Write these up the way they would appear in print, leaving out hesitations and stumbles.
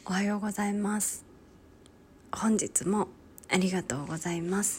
おはようございます。本日もありがとうございます。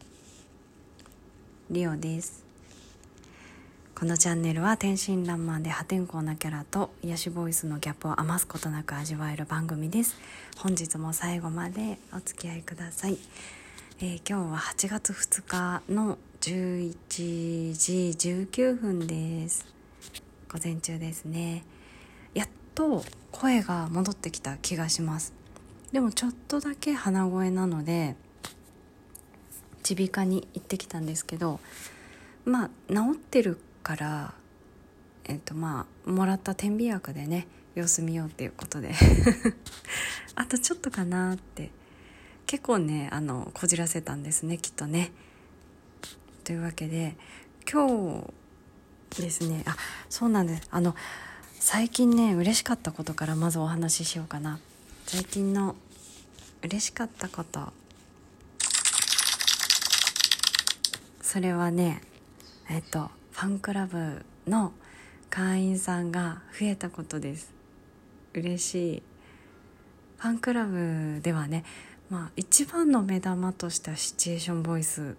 リオです。このチャンネルは天真爛漫で破天荒なキャラと癒しボイスのギャップを余すことなく味わえる番組です。本日も最後までお付き合いください。今日は8月2日の11時19分です。午前中ですね。やっと声が戻ってきた気がします。でもちょっとだけ鼻声なので耳鼻科に行ってきたんですけど、治ってるからもらった点鼻薬でね様子見ようっていうことであとちょっとかなって結構ねこじらせたんですね、きっとね。というわけで今日ですね、そうなんです。最近ね嬉しかったことからまずお話ししようかな。最近の嬉しかったこと、それはねファンクラブの会員さんが増えたことです。嬉しい。ファンクラブではね、一番の目玉としてはシチュエーションボイス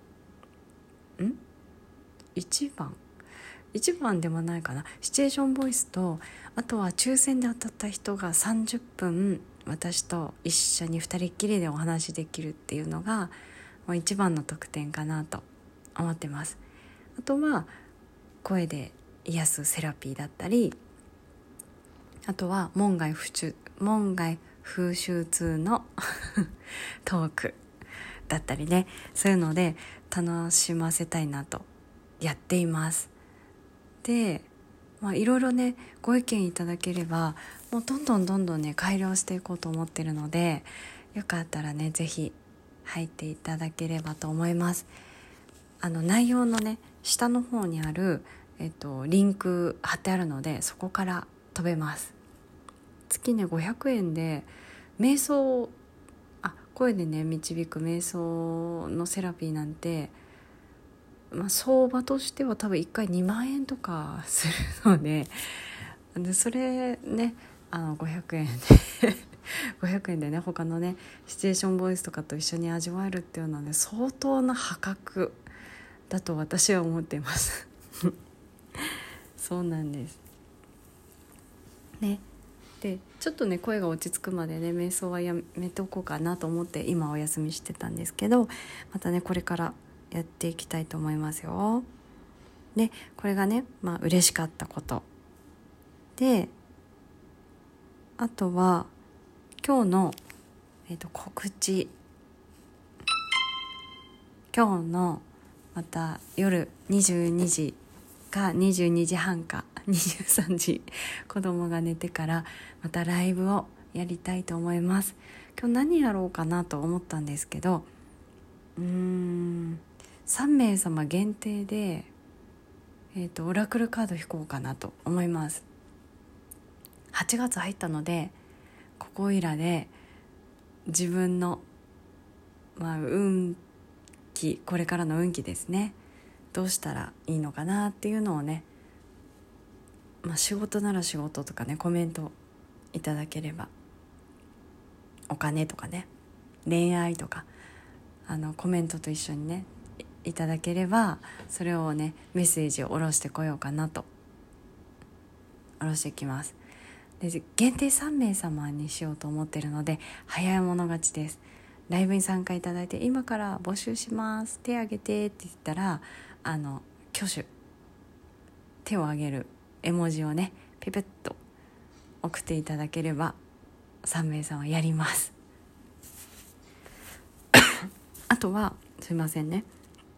一番でもないかな。シチュエーションボイスと、あとは抽選で当たった人が30分私と一緒に二人っきりでお話できるっていうのがもう一番の特典かなと思ってます。あとは声で癒すセラピーだったり、あとは門外不出のトークだったりね、そういうので楽しませたいなとやっています。で、いろいろねご意見いただければもうどんどんね改良していこうと思ってるので、よかったらねぜひ入っていただければと思います。内容のね下の方にある、リンク貼ってあるのでそこから飛べます。月ね500円で瞑想声でね導く瞑想のセラピーなんて、相場としては多分1回2万円とかするので、それね500円で500円でね他のねシチュエーションボイスとかと一緒に味わえるっていうのはね相当な破格だと私は思っていますそうなんですね。でちょっとね声が落ち着くまでね瞑想はやめておこうかなと思って今お休みしてたんですけど、またねこれからやっていきたいと思いますよ。でこれがね嬉しかったことで、あとは今日の、告知。今日のまた夜22時か22時半か23時子供が寝てからまたライブをやりたいと思います。今日何やろうかなと思ったんですけど、3名様限定で、オラクルカード引こうかなと思います。8月入ったのでここいらで自分の、運気、これからの運気ですね、どうしたらいいのかなっていうのをね、仕事なら仕事とかねコメントいただければ、お金とかね恋愛とかコメントと一緒にねいただければ、それをねメッセージを下ろしてこようかなと下ろしていきます。で限定3名様にしようと思ってるので早い者勝ちです。ライブに参加いただいて今から募集します手挙げてって言ったら挙手手を挙げる絵文字をねピペッと送っていただければ3名様やりますあとはすいませんね、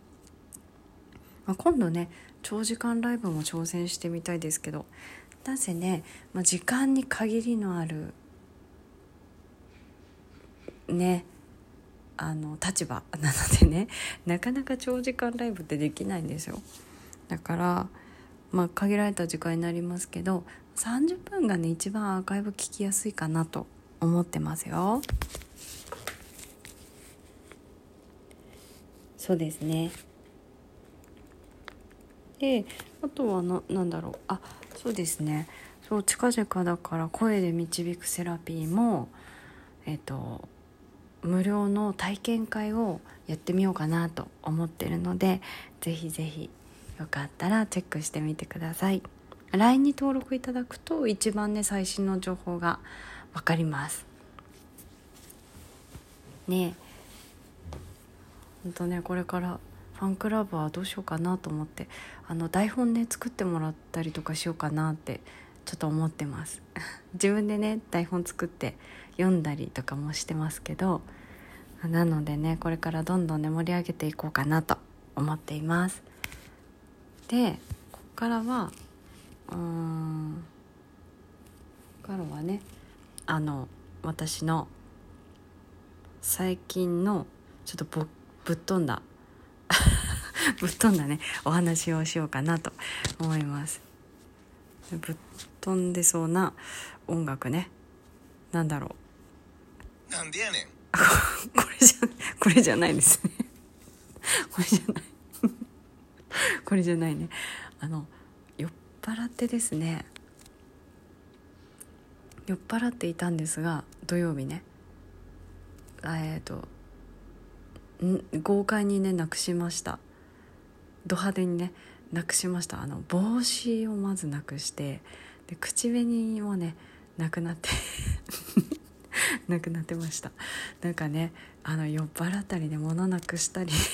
今度ね長時間ライブも挑戦してみたいですけど、なぜね、時間に限りのあるね立場なのでね、なかなか長時間ライブってできないんですよ。だから限られた時間になりますけど30分がね一番アーカイブ聞きやすいかなと思ってますよ。そうですね。であとはなんだろう、そうですね、 そう近々だから声で導くセラピーも無料の体験会をやってみようかなと思ってるので、ぜひぜひよかったらチェックしてみてください。 LINE に登録いただくと一番ね最新の情報がわかりますね。ほんとね、これからファンクラブはどうしようかなと思って、台本ね作ってもらったりとかしようかなってちょっと思ってます自分でね台本作って読んだりとかもしてますけど、なのでねこれからどんどんね盛り上げていこうかなと思っています。でここからはね私の最近のちょっとぶっ飛んだぶっ飛んだねお話をしようかなと思います。ぶっ飛んでそうな音楽ね、なんだろう、 なんでやねんこれじゃないですねこれじゃないこれじゃないね。酔っ払ってですね、酔っ払っていたんですが、土曜日ね豪快にねなくしました。ド派手にねなくしました。帽子をまずなくして、で口紅もねなくなってなくなってました。なんかね酔っ払ったりで物なくしたり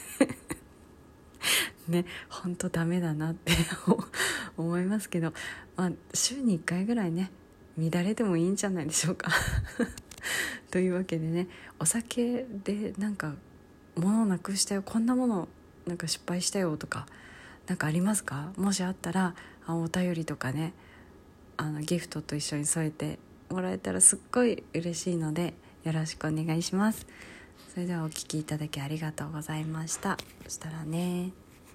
ねほんとダメだなって思いますけど、週に1回ぐらいね乱れてもいいんじゃないでしょうかというわけでね、お酒でなんか物なくしたよ、こんなものなんか失敗したよとかなんかありますか？もしあったらお便りとかねギフトと一緒に添えてもらえたらすっごい嬉しいのでよろしくお願いします。それではお聞きいただきありがとうございました。そしたらね。